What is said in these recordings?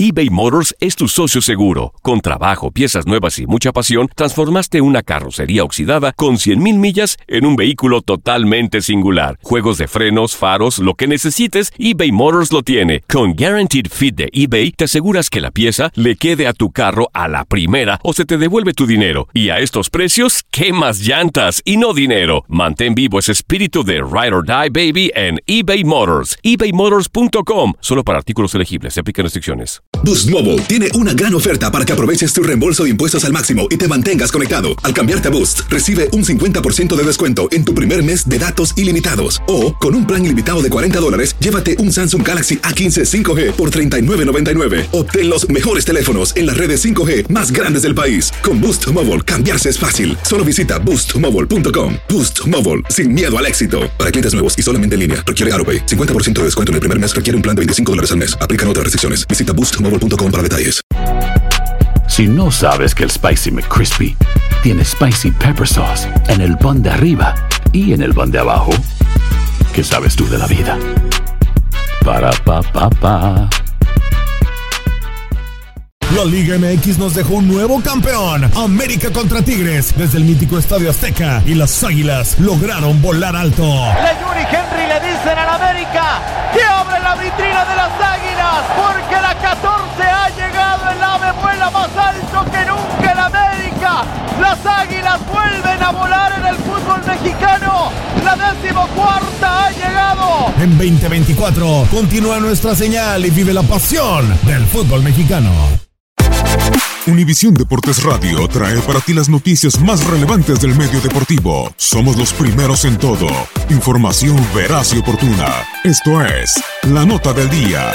eBay Motors es tu socio seguro. Con trabajo, piezas nuevas y mucha pasión, transformaste una carrocería oxidada con 100,000 millas en un vehículo totalmente singular. Juegos de frenos, faros, lo que necesites, eBay Motors lo tiene. Con Guaranteed Fit de eBay, te aseguras que la pieza le quede a tu carro a la primera o se te devuelve tu dinero. Y a estos precios, ¿qué más llantas y no dinero? Mantén vivo ese espíritu de Ride or Die, baby, en eBay Motors. ebaymotors.com. Solo para artículos elegibles. Se aplican restricciones. Boost Mobile tiene una gran oferta para que aproveches tu reembolso de impuestos al máximo y te mantengas conectado. Al cambiarte a Boost, recibe un 50% de descuento en tu primer mes de datos ilimitados. O, con un plan ilimitado de $40, llévate un Samsung Galaxy A15 5G por $39.99. Obtén los mejores teléfonos en las redes 5G más grandes del país. Con Boost Mobile, cambiarse es fácil. Solo visita boostmobile.com. Boost Mobile, sin miedo al éxito. Para clientes nuevos y solamente en línea, requiere AutoPay. 50% de descuento en el primer mes requiere un plan de $25 al mes. Aplican otras restricciones. Visita boostmobile.com para detalles. Si no sabes que el Spicy McCrispy tiene Spicy Pepper Sauce en el pan de arriba y en el pan de abajo, ¿qué sabes tú de la vida? Para, pa, pa, pa. La Liga MX nos dejó un nuevo campeón. América contra Tigres desde el mítico Estadio Azteca, y las Águilas lograron volar alto. La Yuri Henry le dicen al América que abre la vitrina de las Águilas, porque la 14 ha llegado, el ave vuela más alto que nunca en América. Las Águilas vuelven a volar en el fútbol mexicano. La 14ª ha llegado. En 2024 continúa nuestra señal y vive la pasión del fútbol mexicano. Univisión Deportes Radio trae para ti las noticias más relevantes del medio deportivo. Somos los primeros en todo. Información veraz y oportuna. Esto es La Nota del Día.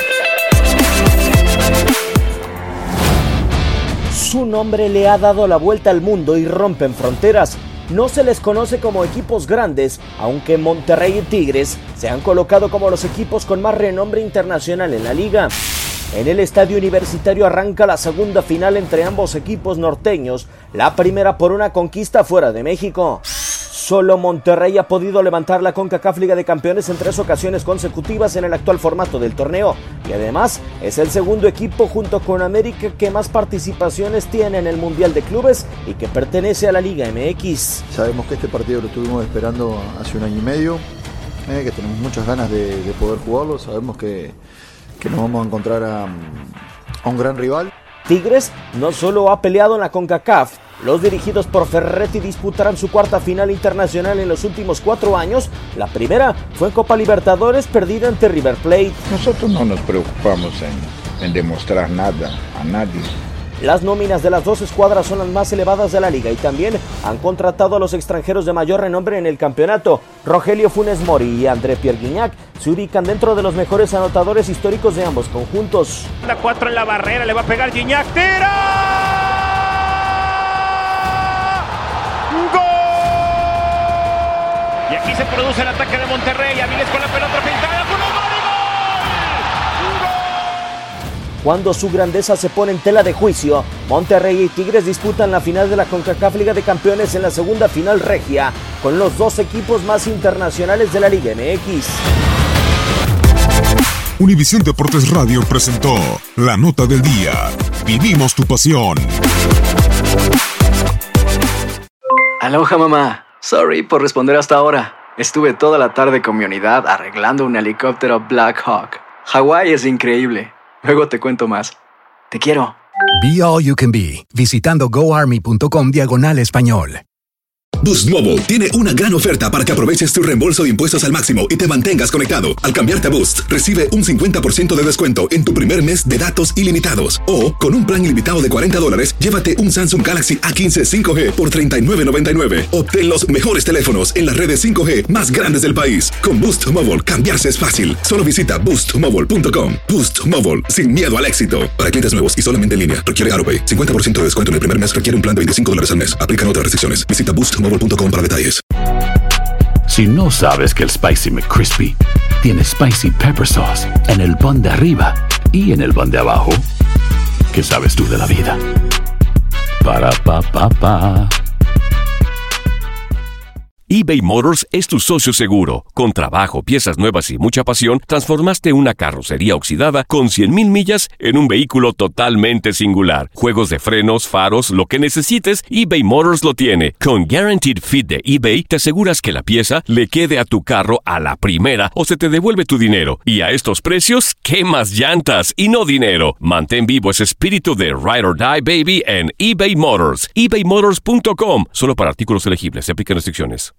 Su nombre le ha dado la vuelta al mundo y rompen fronteras. No se les conoce como equipos grandes, aunque Monterrey y Tigres se han colocado como los equipos con más renombre internacional en la liga. En el Estadio Universitario arranca la segunda final entre ambos equipos norteños, la primera por una conquista fuera de México. Solo Monterrey ha podido levantar la CONCACAF Liga de Campeones en 3 ocasiones consecutivas en el actual formato del torneo, y además es el segundo equipo junto con América que más participaciones tiene en el Mundial de Clubes y que pertenece a la Liga MX. Sabemos que este partido lo estuvimos esperando hace 1 año y medio, que tenemos muchas ganas de poder jugarlo. Sabemos que nos vamos a encontrar a un gran rival. Tigres no solo ha peleado en la CONCACAF, los dirigidos por Ferretti disputarán su 4ª final internacional en los últimos 4 años. La primera fue en Copa Libertadores, perdida ante River Plate. Nosotros no nos preocupamos en demostrar nada a nadie. Las nóminas de las 2 escuadras son las más elevadas de la liga y también han contratado a los extranjeros de mayor renombre en el campeonato. Rogelio Funes Mori y André Pierre Gignac se ubican dentro de los mejores anotadores históricos de ambos conjuntos. La 4 en la barrera, le va a pegar Gignac, ¡tira! ¡Gol! Y aquí se produce el ataque de Monterrey. Aviles con la pelota pintada, con el gol. Cuando su grandeza se pone en tela de juicio, Monterrey y Tigres disputan la final de la CONCACAF Liga de Campeones en la segunda final regia, con los 2 equipos más internacionales de la Liga MX. Univisión Deportes Radio presentó La Nota del Día. Vivimos tu pasión. Aloha, mamá. Sorry por responder hasta ahora. Estuve toda la tarde con mi unidad arreglando un helicóptero Black Hawk. Hawái es increíble. Luego te cuento más. Te quiero. Be All You Can Be, visitando goarmy.com/español. Boost Mobile tiene una gran oferta para que aproveches tu reembolso de impuestos al máximo y te mantengas conectado. Al cambiarte a Boost, recibe un 50% de descuento en tu primer mes de datos ilimitados. O, con un plan ilimitado de $40, llévate un Samsung Galaxy A15 5G por $39.99. Obtén los mejores teléfonos en las redes 5G más grandes del país. Con Boost Mobile, cambiarse es fácil. Solo visita boostmobile.com. Boost Mobile, sin miedo al éxito. Para clientes nuevos y solamente en línea, requiere AutoPay. 50% de descuento en el primer mes requiere un plan de $25 al mes. Aplican otras restricciones. Visita boostmobile.com para detalles. Si no sabes que el Spicy McCrispy tiene Spicy Pepper Sauce en el pan de arriba y en el pan de abajo, ¿qué sabes tú de la vida? Para, pa, pa, pa. eBay Motors es tu socio seguro. Con trabajo, piezas nuevas y mucha pasión, transformaste una carrocería oxidada con 100,000 millas en un vehículo totalmente singular. Juegos de frenos, faros, lo que necesites, eBay Motors lo tiene. Con Guaranteed Fit de eBay, te aseguras que la pieza le quede a tu carro a la primera o se te devuelve tu dinero. Y a estos precios, ¿qué más llantas y no dinero? Mantén vivo ese espíritu de Ride or Die, baby, en eBay Motors. ebaymotors.com. Solo para artículos elegibles. Se aplican restricciones.